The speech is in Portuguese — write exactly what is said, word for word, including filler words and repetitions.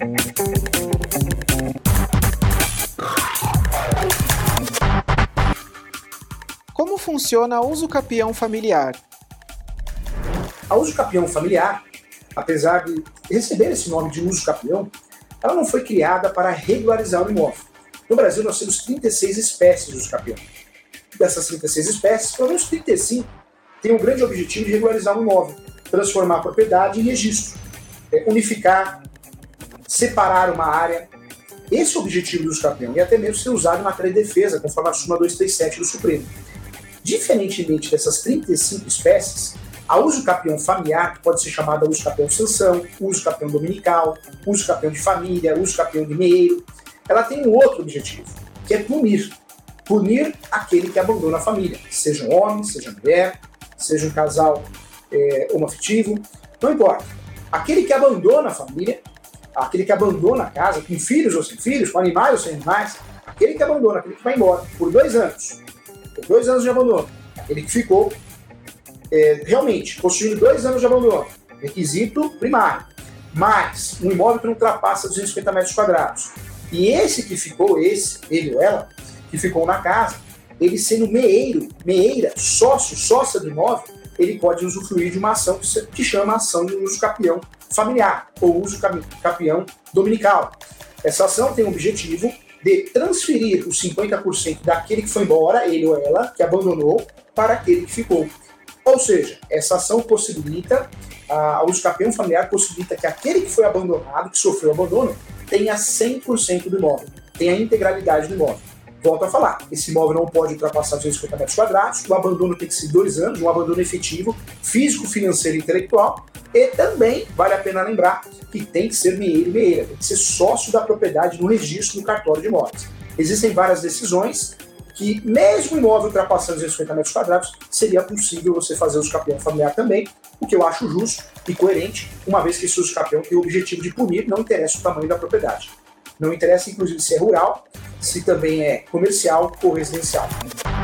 Como funciona a usucapião familiar? A usucapião familiar, apesar de receber esse nome de usucapião, ela não foi criada para regularizar o imóvel. No Brasil nós temos trinta e seis espécies de usucapião. Dessas trinta e seis espécies, pelo menos trinta e cinco têm o grande objetivo de regularizar o imóvel, transformar a propriedade em registro, unificar, separar uma área. Esse é o objetivo do usucapião, e até mesmo ser usado em matéria de defesa, conforme a súmula duzentos e trinta e sete do Supremo. Diferentemente dessas trinta e cinco espécies, a usucapião familiar, que pode ser chamada usucapião sanção, usucapião dominical, usucapião de família, usucapião de meeiro, ela tem um outro objetivo, que é punir. Punir aquele que abandona a família, seja um homem, seja mulher, seja um casal é, homoafetivo, não importa. Aquele que abandona a família, aquele que abandona a casa, com filhos ou sem filhos, com animais ou sem animais, aquele que abandona, aquele que vai embora, por dois anos, por dois anos de abandono, aquele que ficou é, realmente possuindo dois anos de abandono, requisito primário, mais um imóvel que não ultrapassa duzentos e cinquenta metros quadrados. E esse que ficou, esse, ele ou ela, que ficou na casa, ele sendo meeiro, meeira, sócio, sócia do imóvel, ele pode usufruir de uma ação que, se, que chama ação de usucapião familiar, ou usucapião dominical. Essa ação tem o objetivo de transferir os cinquenta por cento daquele que foi embora, ele ou ela, que abandonou, para aquele que ficou. Ou seja, essa ação possibilita, a usucapião familiar possibilita que aquele que foi abandonado, que sofreu abandono, tenha cem por cento do imóvel, tenha a integralidade do imóvel. Volto a falar, esse imóvel não pode ultrapassar duzentos e cinquenta metros quadrados, o abandono tem que ser dois anos, um abandono efetivo, físico, financeiro e intelectual, e também vale a pena lembrar que tem que ser meeiro e meeira, tem que ser sócio da propriedade no registro do cartório de imóveis. Existem várias decisões que, mesmo o imóvel ultrapassando duzentos e cinquenta metros quadrados, seria possível você fazer o usucapião familiar também, o que eu acho justo e coerente, uma vez que esse usucapião tem o objetivo de punir, não interessa o tamanho da propriedade. Não interessa, inclusive, se é rural, se também é comercial ou residencial.